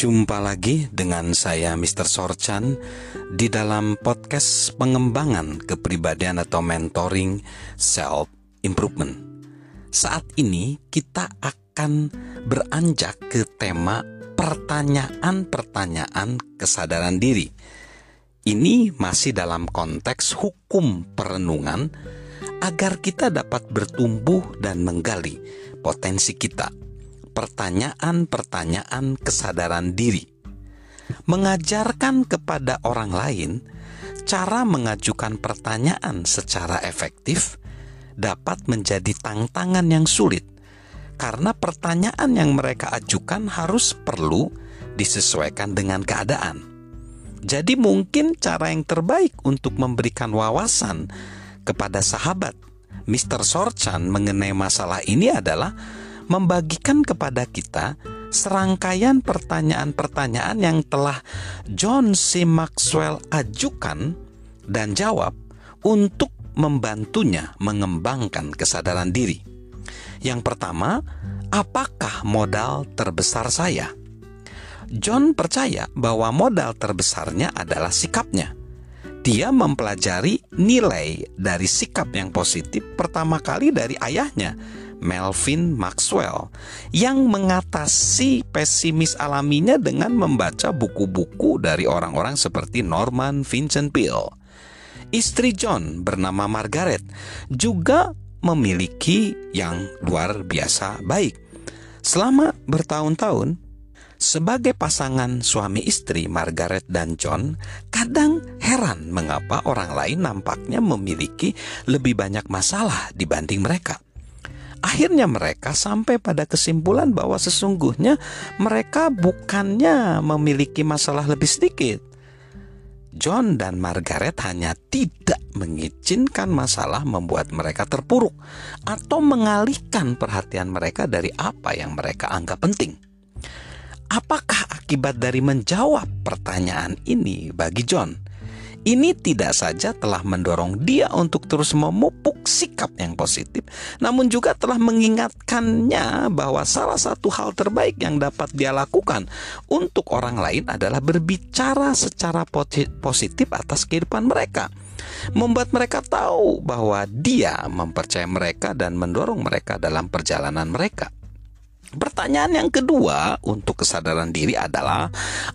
Jumpa lagi dengan saya Mr. Sorchan di dalam podcast pengembangan kepribadian atau mentoring self improvement. Saat ini kita akan beranjak ke tema pertanyaan-pertanyaan kesadaran diri. Ini masih dalam konteks hukum perenungan agar kita dapat bertumbuh dan menggali potensi kita. Pertanyaan-pertanyaan kesadaran diri mengajarkan kepada orang lain cara mengajukan pertanyaan secara efektif dapat menjadi tantangan yang sulit karena pertanyaan yang mereka ajukan harus perlu disesuaikan dengan keadaan. Jadi mungkin cara yang terbaik untuk memberikan wawasan kepada sahabat Mr. Sorchan mengenai masalah ini adalah membagikan kepada kita serangkaian pertanyaan-pertanyaan yang telah John C. Maxwell ajukan dan jawab untuk membantunya mengembangkan kesadaran diri. Yang pertama, apakah modal terbesar saya? John percaya bahwa modal terbesarnya adalah sikapnya. Dia mempelajari nilai dari sikap yang positif pertama kali dari ayahnya, Melvin Maxwell, yang mengatasi pesimis alaminya dengan membaca buku-buku dari orang-orang seperti Norman Vincent Peale. Istri John bernama Margaret juga memiliki yang luar biasa baik. Selama bertahun-tahun, sebagai pasangan suami istri, Margaret dan John kadang heran mengapa orang lain nampaknya memiliki lebih banyak masalah dibanding mereka. Akhirnya mereka sampai pada kesimpulan bahwa sesungguhnya mereka bukannya memiliki masalah lebih sedikit. John dan Margaret hanya tidak mengizinkan masalah membuat mereka terpuruk atau mengalihkan perhatian mereka dari apa yang mereka anggap penting. Apakah akibat dari menjawab pertanyaan ini bagi John? Ini tidak saja telah mendorong dia untuk terus memupuk sikap yang positif, namun juga telah mengingatkannya bahwa salah satu hal terbaik yang dapat dia lakukan untuk orang lain adalah berbicara secara positif atas kehidupan mereka. Membuat mereka tahu bahwa dia mempercayai mereka dan mendorong mereka dalam perjalanan mereka. Pertanyaan yang kedua untuk kesadaran diri adalah,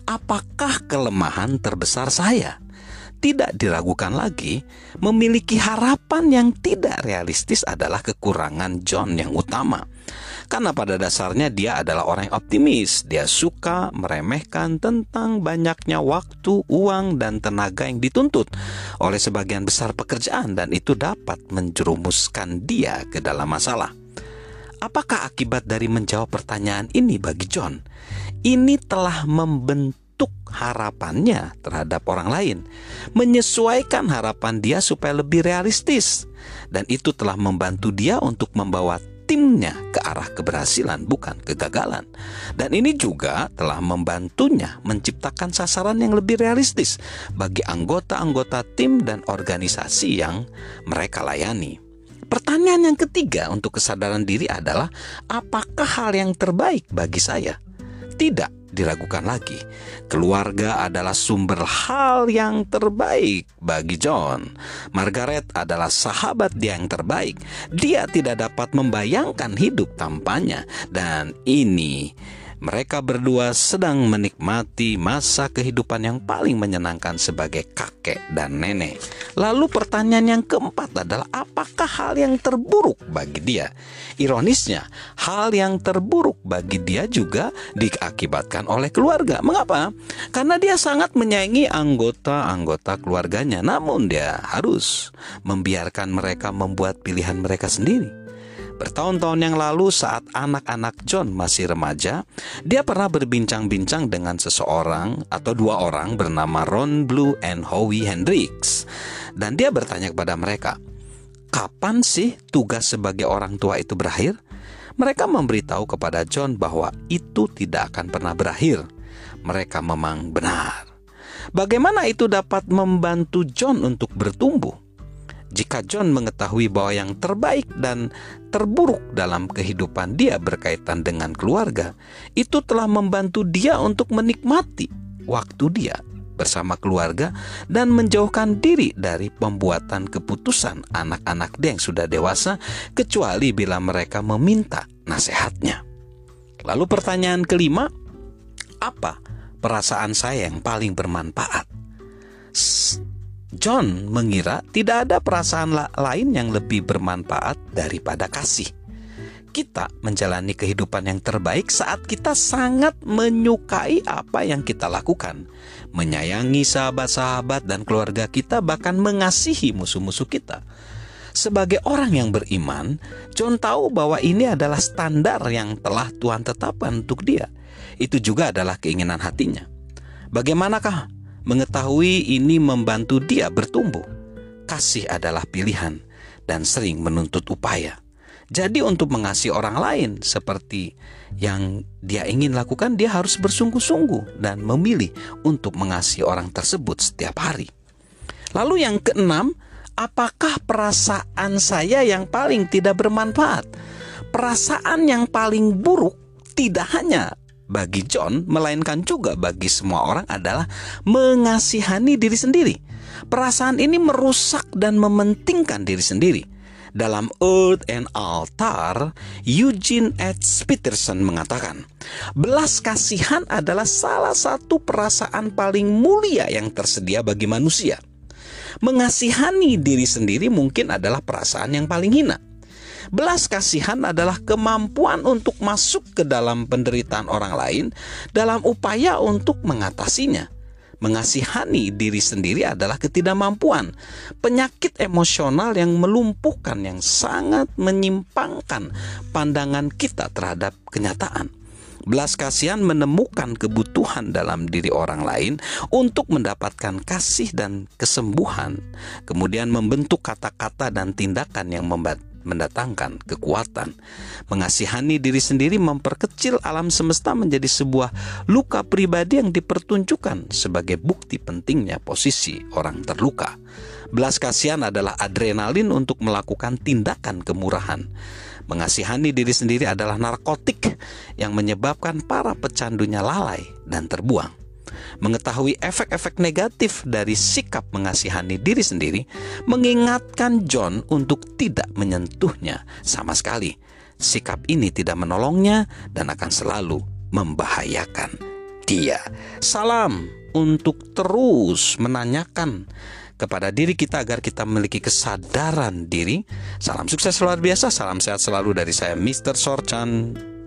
apakah kelemahan terbesar saya? Tidak diragukan lagi, memiliki harapan yang tidak realistis adalah kekurangan John yang utama. Karena pada dasarnya dia adalah orang yang optimis. Dia suka meremehkan tentang banyaknya waktu, uang, dan tenaga yang dituntut oleh sebagian besar pekerjaan, dan itu dapat menjerumuskan dia ke dalam masalah. Apakah akibat dari menjawab pertanyaan ini bagi John? Ini telah membentuk harapannya terhadap orang lain, menyesuaikan harapan dia supaya lebih realistis, dan itu telah membantu dia untuk membawa timnya ke arah keberhasilan, bukan kegagalan. Dan ini juga telah membantunya menciptakan sasaran yang lebih realistis bagi anggota-anggota tim dan organisasi yang mereka layani. Pertanyaan yang ketiga untuk kesadaran diri adalah, apakah hal yang terbaik bagi saya? Tidak diragukan lagi, keluarga adalah sumber hal yang terbaik bagi John. Margaret adalah sahabat dia yang terbaik. Dia tidak dapat membayangkan hidup tanpanya, dan ini mereka berdua sedang menikmati masa kehidupan yang paling menyenangkan sebagai kakek dan nenek. Lalu pertanyaan yang keempat adalah, apakah hal yang terburuk bagi dia? Ironisnya, hal yang terburuk bagi dia juga diakibatkan oleh keluarga. Mengapa? Karena dia sangat menyayangi anggota-anggota keluarganya, namun dia harus membiarkan mereka membuat pilihan mereka sendiri. Bertahun-tahun yang lalu saat anak-anak John masih remaja, dia pernah berbincang-bincang dengan seseorang atau dua orang bernama Ron Blue and Howie Hendricks. Dan dia bertanya kepada mereka, kapan sih tugas sebagai orang tua itu berakhir? Mereka memberitahu kepada John bahwa itu tidak akan pernah berakhir. Mereka memang benar. Bagaimana itu dapat membantu John untuk bertumbuh? Jika John mengetahui bahwa yang terbaik dan terburuk dalam kehidupan dia berkaitan dengan keluarga, itu telah membantu dia untuk menikmati waktu dia bersama keluarga dan menjauhkan diri dari pembuatan keputusan anak-anak dia yang sudah dewasa, kecuali bila mereka meminta nasihatnya. Lalu pertanyaan kelima, apa perasaan saya yang paling bermanfaat? John mengira tidak ada perasaan lain yang lebih bermanfaat daripada kasih. Kita menjalani kehidupan yang terbaik saat kita sangat menyukai apa yang kita lakukan, menyayangi sahabat-sahabat dan keluarga kita, bahkan mengasihi musuh-musuh kita. Sebagai orang yang beriman, John tahu bahwa ini adalah standar yang telah Tuhan tetapkan untuk dia. Itu juga adalah keinginan hatinya. Bagaimanakah mengetahui ini membantu dia bertumbuh? Kasih adalah pilihan dan sering menuntut upaya. Jadi untuk mengasihi orang lain seperti yang dia ingin lakukan, dia harus bersungguh-sungguh dan memilih untuk mengasihi orang tersebut setiap hari. Lalu yang keenam, apakah perasaan saya yang paling tidak bermanfaat? Perasaan yang paling buruk tidak hanya bagi John, melainkan juga bagi semua orang adalah mengasihani diri sendiri. Perasaan ini merusak dan mementingkan diri sendiri. Dalam Earth and Altar, Eugene H. Peterson mengatakan, belas kasihan adalah salah satu perasaan paling mulia yang tersedia bagi manusia. Mengasihani diri sendiri mungkin adalah perasaan yang paling hina. Belas kasihan adalah kemampuan untuk masuk ke dalam penderitaan orang lain dalam upaya untuk mengatasinya. Mengasihani diri sendiri adalah ketidakmampuan, penyakit emosional yang melumpuhkan, yang sangat menyimpangkan pandangan kita terhadap kenyataan. Belas kasihan menemukan kebutuhan dalam diri orang lain untuk mendapatkan kasih dan kesembuhan, kemudian membentuk kata-kata dan tindakan yang mendatangkan kekuatan. Mengasihani diri sendiri memperkecil alam semesta menjadi sebuah luka pribadi yang dipertunjukkan sebagai bukti pentingnya posisi orang terluka. Belas kasihan adalah adrenalin untuk melakukan tindakan kemurahan. Mengasihani diri sendiri adalah narkotik yang menyebabkan para pecandunya lalai dan terbuang. Mengetahui efek-efek negatif dari sikap mengasihani diri sendiri mengingatkan John untuk tidak menyentuhnya sama sekali. Sikap ini tidak menolongnya dan akan selalu membahayakan dia. Salam untuk terus menanyakan kepada diri kita agar kita memiliki kesadaran diri. Salam sukses luar biasa, salam sehat selalu dari saya, Mr. Sorchan.